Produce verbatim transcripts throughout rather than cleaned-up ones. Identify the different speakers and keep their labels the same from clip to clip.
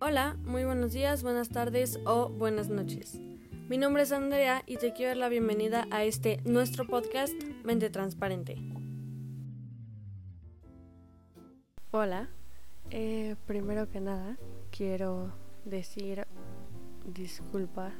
Speaker 1: Hola, muy buenos días, buenas tardes o buenas noches. Mi nombre es Andrea y te quiero dar la bienvenida a este nuestro podcast Mente Transparente. Hola, eh, primero que nada quiero decir disculpa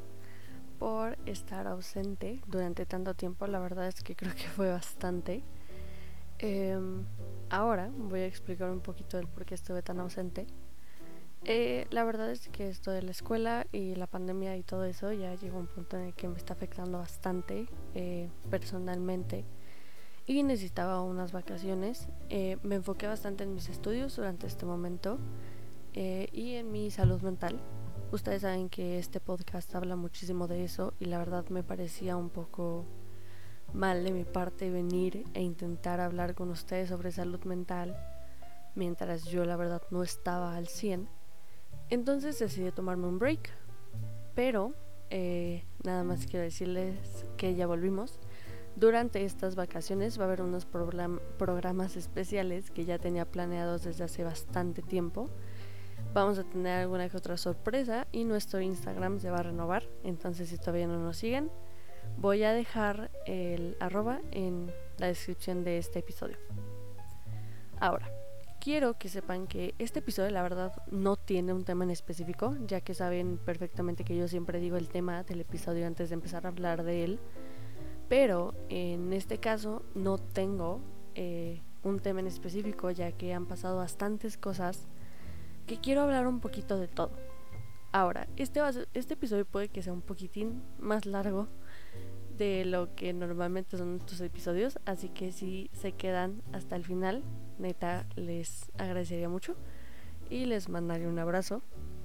Speaker 1: por estar ausente durante tanto tiempo. La verdad es que creo que fue bastante. Eh, ahora voy a explicar un poquito el por qué estuve tan ausente. Eh, la verdad es que esto de la escuela y la pandemia y todo eso ya llegó a un punto en el que me está afectando bastante eh, personalmente y necesitaba unas vacaciones. Eh, me enfoqué bastante en mis estudios durante este momento eh, y en mi salud mental. Ustedes saben que este podcast habla muchísimo de eso y la verdad me parecía un poco mal de mi parte venir e intentar hablar con ustedes sobre salud mental mientras yo la verdad no estaba al cien. Entonces decidí tomarme un break, pero eh, nada más quiero decirles que ya volvimos. Durante estas vacaciones va a haber unos program- programas especiales que ya tenía planeados desde hace bastante tiempo. Vamos a tener alguna que otra sorpresa y nuestro Instagram se va a renovar. Entonces, si todavía no nos siguen, voy a dejar el arroba en la descripción de este episodio. Ahora, quiero que sepan que este episodio la verdad no tiene un tema en específico, ya que saben perfectamente que yo siempre digo el tema del episodio antes de empezar a hablar de él, pero en este caso no tengo eh, un tema en específico, ya que han pasado bastantes cosas que quiero hablar un poquito de todo. Ahora, este, va a ser, este episodio puede que sea un poquitín más largo de lo que normalmente son estos episodios, así que si se quedan hasta el final, neta les agradecería mucho y les mandaría un abrazo.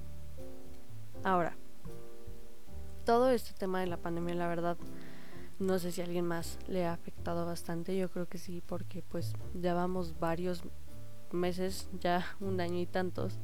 Speaker 1: Ahora, todo este tema de la pandemia, la verdad, no sé si a alguien más le ha afectado bastante. Yo creo que sí, porque pues ya vamos varios meses, ya un año y tantos.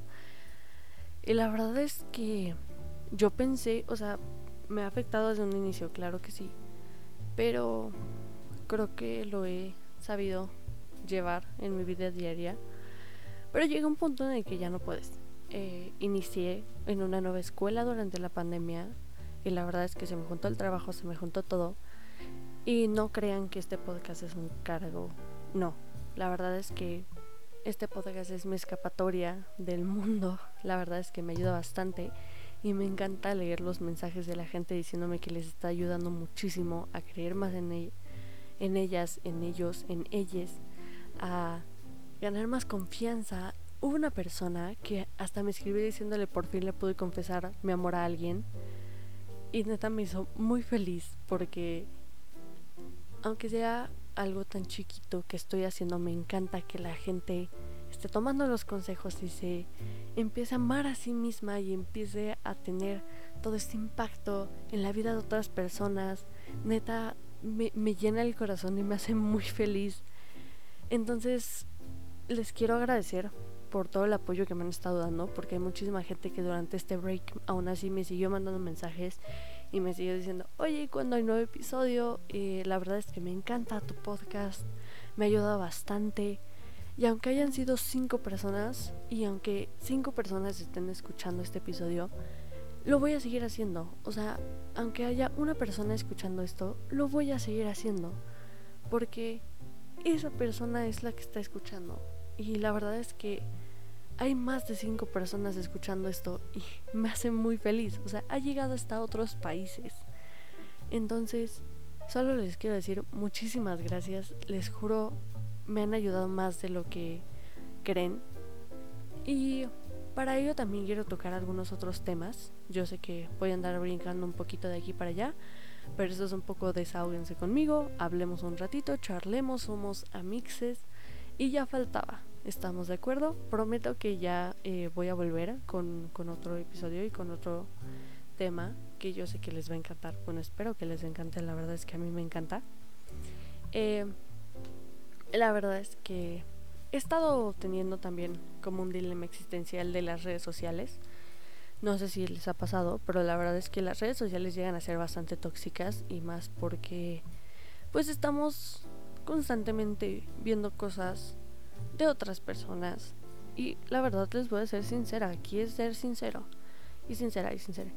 Speaker 1: Y la verdad es que yo pensé, o sea, me ha afectado desde un inicio, claro que sí, pero creo que lo he sabido llevar en mi vida diaria. Pero llega un punto en el que ya no puedes. Eh, inicié en una nueva escuela durante la pandemia y la verdad es que se me juntó el trabajo, se me juntó todo. Y no crean que este podcast es un cargo. No, la verdad es que este podcast es mi escapatoria del mundo. La verdad es que me ayuda bastante y me encanta leer los mensajes de la gente diciéndome que les está ayudando muchísimo a creer más en, e- en ellas, en ellos, en ellas, a ganar más confianza. Hubo una persona que hasta me escribió diciéndole por fin le pude confesar mi amor a alguien y neta me hizo muy feliz porque aunque sea algo tan chiquito que estoy haciendo, me encanta que la gente esté tomando los consejos y se empiece a amar a sí misma y empiece a tener todo este impacto en la vida de otras personas. Neta me, me llena el corazón y me hace muy feliz. Entonces les quiero agradecer por todo el apoyo que me han estado dando, porque hay muchísima gente que durante este break aún así me siguió mandando mensajes y me siguió diciendo, oye, ¿cuándo hay nuevo episodio? Eh, la verdad es que me encanta tu podcast, me ha ayudado bastante. Y aunque hayan sido cinco personas, y aunque cinco personas estén escuchando este episodio, lo voy a seguir haciendo. O sea, aunque haya una persona escuchando esto, lo voy a seguir haciendo, porque esa persona es la que está escuchando. Y la verdad es que hay más de cinco personas escuchando esto y me hace muy feliz. O sea, ha llegado hasta otros países. Entonces, solo les quiero decir muchísimas gracias. Les juro, me han ayudado más de lo que creen. Y para ello también quiero tocar algunos otros temas. Yo sé que voy a andar brincando un poquito de aquí para allá, pero esto es un poco desahóguense conmigo, hablemos un ratito, charlemos, somos amixes y ya faltaba. ¿Estamos de acuerdo? Prometo que ya eh, voy a volver con, con otro episodio y con otro tema que yo sé que les va a encantar. Bueno, espero que les encante, la verdad es que a mí me encanta. Eh, la verdad es que he estado teniendo también como un dilema existencial de las redes sociales. No sé si les ha pasado, pero la verdad es que las redes sociales llegan a ser bastante tóxicas y más porque pues estamos constantemente viendo cosas de otras personas Y la verdad les voy a ser sincera, aquí es ser sincero y sincera y sincera.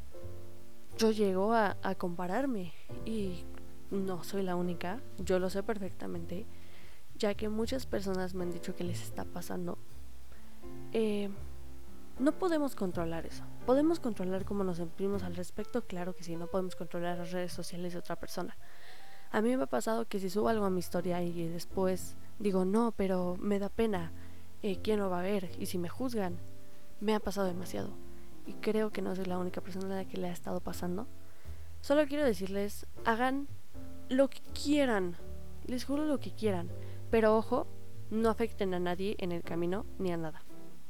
Speaker 1: Yo llego a, a compararme y no soy la única, yo lo sé perfectamente, ya que muchas personas me han dicho que les está pasando. Eh, no podemos controlar eso. ¿Podemos controlar cómo nos sentimos al respecto? Claro que sí, no podemos controlar las redes sociales de otra persona. A mí me ha pasado que si subo algo a mi historia y después digo, no, pero me da pena, eh, ¿quién lo va a ver? Y si me juzgan, me ha pasado demasiado. Y creo que no soy la única persona a la que le ha estado pasando. Solo quiero decirles, hagan lo que quieran, les juro lo que quieran, pero ojo, no afecten a nadie en el camino ni a nada.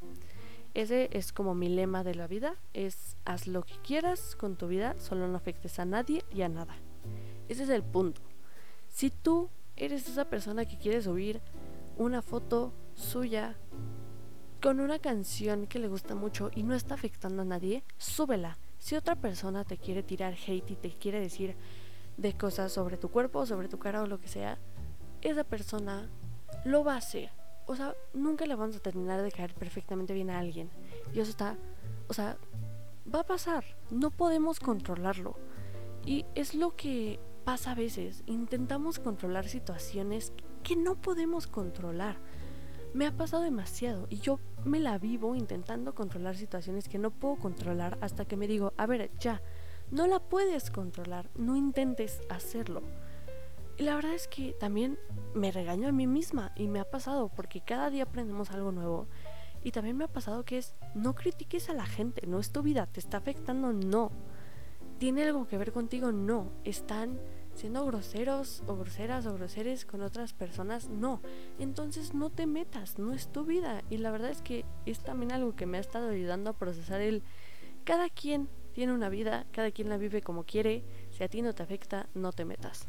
Speaker 1: Ese es como mi lema de la vida, es haz lo que quieras con tu vida, solo no afectes a nadie y a nada. Ese es el punto. Si tú eres esa persona que quiere subir una foto suya con una canción que le gusta mucho y no está afectando a nadie, súbela. Si otra persona te quiere tirar hate y te quiere decir de cosas sobre tu cuerpo, sobre tu cara o lo que sea, esa persona lo va a hacer. O sea, nunca le vamos a terminar de caer perfectamente bien a alguien. Y eso está, o sea, va a pasar. No podemos controlarlo. Y es lo que pasa a veces. Intentamos controlar situaciones que no podemos controlar. Me ha pasado demasiado y yo me la vivo intentando controlar situaciones que no puedo controlar hasta que me digo, a ver, ya, no la puedes controlar, no intentes hacerlo. Y la verdad es que también me regaño a mí misma y me ha pasado porque cada día aprendemos algo nuevo. Y también me ha pasado que es, no critiques a la gente, no es tu vida, te está afectando, no. ¿Tiene algo que ver contigo? No. ¿Están siendo groseros o groseras o groseres con otras personas? No. Entonces no te metas, no es tu vida. Y la verdad es que es también algo que me ha estado ayudando a procesar el... Cada quien tiene una vida, cada quien la vive como quiere. Si a ti no te afecta, no te metas.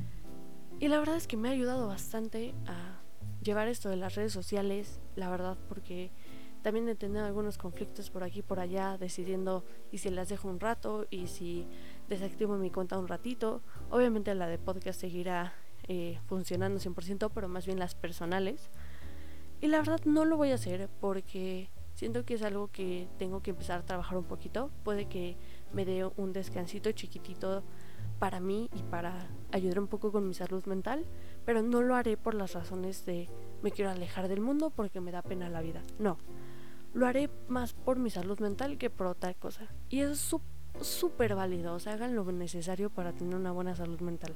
Speaker 1: Y la verdad es que me ha ayudado bastante a llevar esto de las redes sociales, la verdad, porque también he tenido algunos conflictos por aquí y por allá, decidiendo y si las dejo un rato y si desactivo mi cuenta un ratito. Obviamente la de podcast seguirá eh, funcionando cien por ciento, pero más bien las personales. Y la verdad no lo voy a hacer porque siento que es algo que tengo que empezar a trabajar un poquito. Puede que me dé un descansito chiquitito para mí y para ayudar un poco con mi salud mental, pero no lo haré por las razones de me quiero alejar del mundo porque me da pena la vida. No, lo haré más por mi salud mental que por otra cosa. Y es súper válido, o sea, hagan lo necesario para tener una buena salud mental.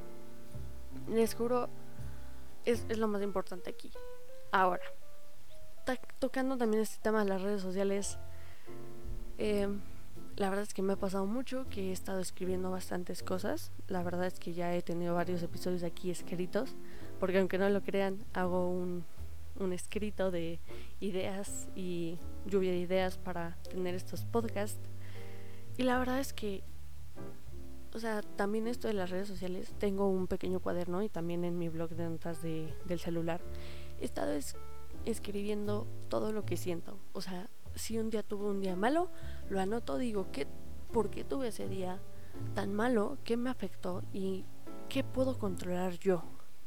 Speaker 1: Les juro, es, es lo más importante aquí. Ahora, ta- tocando también este tema de las redes sociales, eh, la verdad es que me ha pasado mucho que he estado escribiendo bastantes cosas. La verdad es que ya he tenido varios episodios aquí escritos, porque aunque no lo crean, hago un, un escrito de ideas y lluvia de ideas para tener estos podcasts. Y la verdad es que, o sea, también esto de las redes sociales, tengo un pequeño cuaderno y también en mi blog de notas de, del celular he estado es, escribiendo todo lo que siento. O sea, si un día tuve un día malo, lo anoto, digo, ¿qué, ¿por qué tuve ese día tan malo? ¿Qué me afectó? ¿Y qué puedo controlar yo?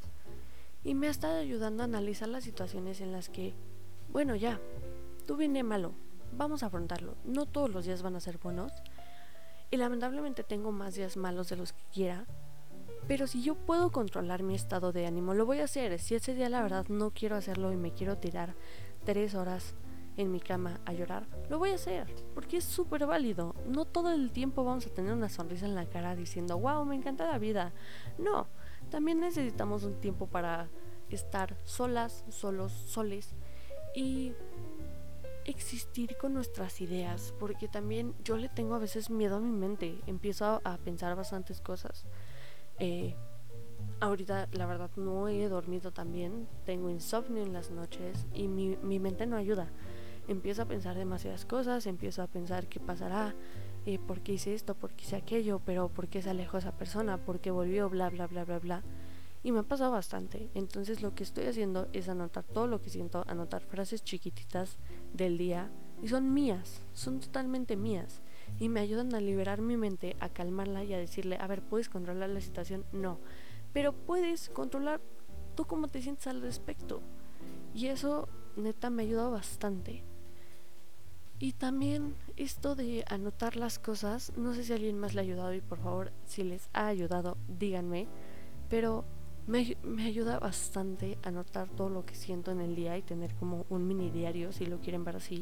Speaker 1: Y me ha estado ayudando a analizar las situaciones en las que, bueno, ya, tuve un día malo, vamos a afrontarlo. No todos los días van a ser buenos y lamentablemente tengo más días malos de los que quiera, pero si yo puedo controlar mi estado de ánimo, lo voy a hacer. Si ese día la verdad no quiero hacerlo y me quiero tirar tres horas en mi cama a llorar, lo voy a hacer, porque es súper válido. No todo el tiempo vamos a tener una sonrisa en la cara diciendo, wow, me encanta la vida. No, también necesitamos un tiempo para estar solas, solos, soles y existir con nuestras ideas, porque también yo le tengo a veces miedo a mi mente, empiezo a, a pensar bastantes cosas. Eh, ahorita la verdad no he dormido tan bien, tengo insomnio en las noches y mi, mi mente no ayuda. Empiezo a pensar demasiadas cosas, empiezo a pensar qué pasará, eh, por qué hice esto, por qué hice aquello, pero por qué se alejó esa persona, por qué volvió, bla bla bla bla bla. Y me ha pasado bastante. Entonces lo que estoy haciendo es anotar todo lo que siento, anotar frases chiquititas del día y son mías, son totalmente mías y me ayudan a liberar mi mente, a calmarla y a decirle, a ver, ¿puedes controlar la situación? No, pero puedes controlar tú cómo te sientes al respecto. Y eso neta me ha ayudado bastante. Y también esto de anotar las cosas, no sé si a alguien más le ha ayudado y por favor, si les ha ayudado, díganme, pero me, me ayuda bastante anotar todo lo que siento en el día y tener como un mini diario, si lo quieren ver así.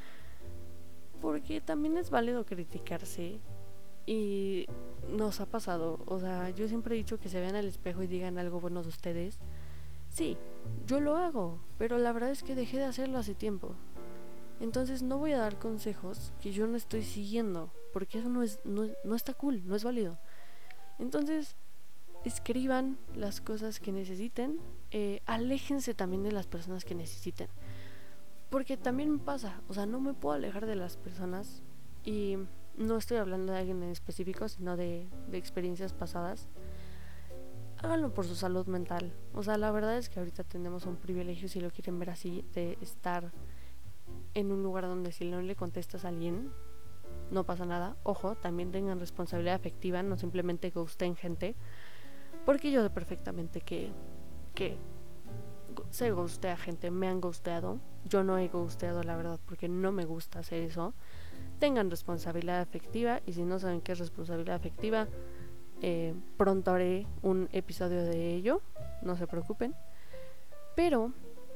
Speaker 1: Porque también es válido criticarse y nos ha pasado, o sea, yo siempre he dicho que se vean al espejo y digan algo bueno de ustedes. Sí, yo lo hago, pero la verdad es que dejé de hacerlo hace tiempo. Entonces no voy a dar consejos que yo no estoy siguiendo, porque eso no es no, no está cool, no es válido. Entonces, escriban las cosas que necesiten, eh, aléjense también de las personas que necesiten. Porque también me pasa, o sea, no me puedo alejar de las personas y no estoy hablando de alguien en específico, sino de, de experiencias pasadas. Háganlo por su salud mental. O sea, la verdad es que ahorita tenemos un privilegio, si lo quieren ver así, de estar en un lugar donde si no le contestas a alguien, no pasa nada. Ojo, también tengan responsabilidad afectiva, no simplemente ghosten gente. Porque yo sé perfectamente que, que se ghostea gente, me han ghosteado. Yo no he ghosteado, la verdad, porque no me gusta hacer eso. Tengan responsabilidad afectiva, y si no saben qué es responsabilidad afectiva, eh, pronto haré un episodio de ello, no se preocupen. Pero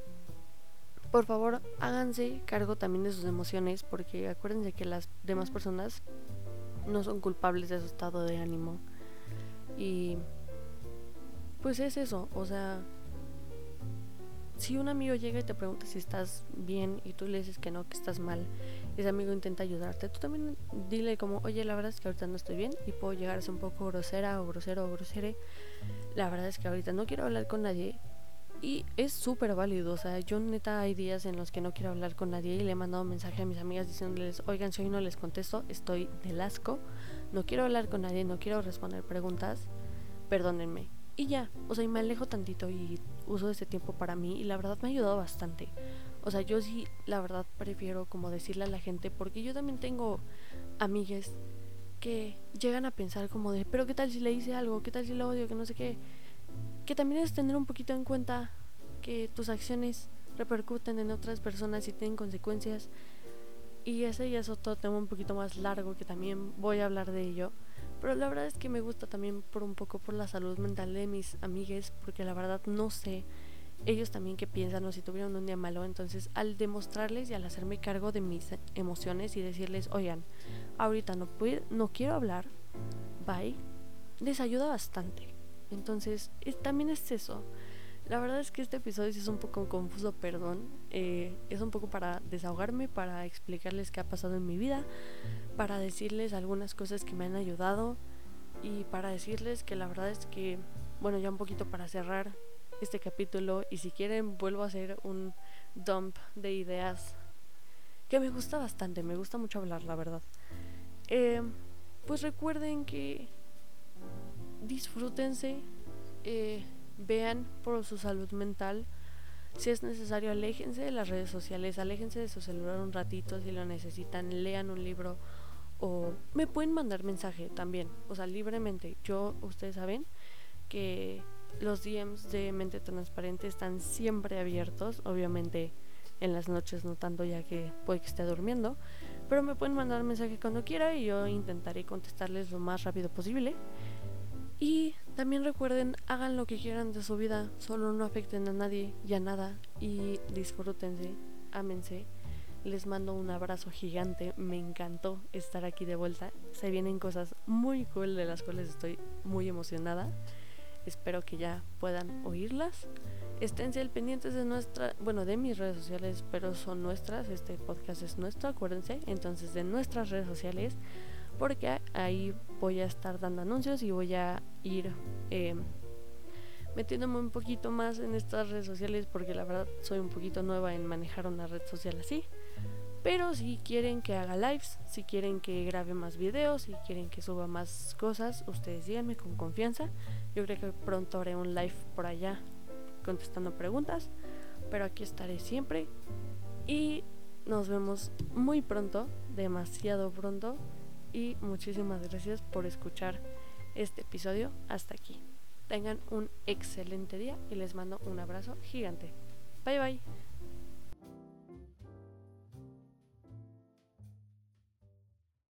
Speaker 1: por favor, háganse cargo también de sus emociones, porque acuérdense que las demás personas no son culpables de su estado de ánimo. Y pues es eso, o sea, si un amigo llega y te pregunta si estás bien y tú le dices que no, que estás mal, ese amigo intenta ayudarte, tú también dile como, oye, la verdad es que ahorita no estoy bien y puedo llegar a ser un poco grosera o grosero o grosere. La verdad es que ahorita no quiero hablar con nadie. Y es súper válido, o sea, yo neta hay días en los que no quiero hablar con nadie y le he mandado mensaje a mis amigas diciéndoles, oigan, si hoy no les contesto, estoy del asco, no quiero hablar con nadie, no quiero responder preguntas, perdónenme. Y ya, o sea, y me alejo tantito y uso ese tiempo para mí y la verdad me ha ayudado bastante. O sea, yo sí, la verdad prefiero como decirle a la gente, porque yo también tengo amigues que llegan a pensar como de, pero qué tal si le hice algo, qué tal si lo odio, que no sé qué. Que también es tener un poquito en cuenta que tus acciones repercuten en otras personas y tienen consecuencias. Y ese ya es otro tema un poquito más largo que también voy a hablar de ello. Pero la verdad es que me gusta también por un poco por la salud mental de mis amigues, porque la verdad no sé ellos también qué piensan o si tuvieron un día malo. Entonces al demostrarles y al hacerme cargo de mis emociones y decirles, oigan, ahorita no puedo, no quiero hablar, bye, les ayuda bastante. Entonces, es, también es eso. La verdad es que este episodio sí es un poco confuso, perdón. Eh, es un poco para desahogarme, para explicarles qué ha pasado en mi vida, para decirles algunas cosas que me han ayudado y para decirles que la verdad es que, bueno, ya un poquito para cerrar este capítulo, y si quieren vuelvo a hacer un dump de ideas que me gusta bastante, me gusta mucho hablar, la verdad. Eh, pues recuerden que disfrútense, eh, vean por su salud mental. Si es necesario, aléjense de las redes sociales, aléjense de su celular un ratito si lo necesitan, lean un libro o me pueden mandar mensaje también, o sea, libremente. Yo, ustedes saben que los D Ms de Mente Transparente están siempre abiertos, obviamente en las noches no tanto, ya que puede que esté durmiendo, pero me pueden mandar mensaje cuando quiera y yo intentaré contestarles lo más rápido posible. Y también recuerden, hagan lo que quieran de su vida, solo no afecten a nadie y a nada, y disfrútense, ámense. Les mando un abrazo gigante, me encantó estar aquí de vuelta. Se vienen cosas muy cool de las cuales estoy muy emocionada. Espero que ya puedan oírlas. Esténse al pendientes de nuestra, bueno, de mis redes sociales, pero son nuestras, este podcast es nuestro, acuérdense, entonces de nuestras redes sociales, porque ahí voy a estar dando anuncios y voy a ir eh, metiéndome un poquito más en estas redes sociales, porque la verdad soy un poquito nueva en manejar una red social así. Pero si quieren que haga lives, si quieren que grabe más videos, si quieren que suba más cosas, ustedes díganme con confianza. Yo creo que pronto haré un live por allá contestando preguntas, pero aquí estaré siempre y nos vemos muy pronto, demasiado pronto, y muchísimas gracias por escuchar este episodio hasta aquí. Tengan un excelente día y les mando un abrazo gigante. Bye bye.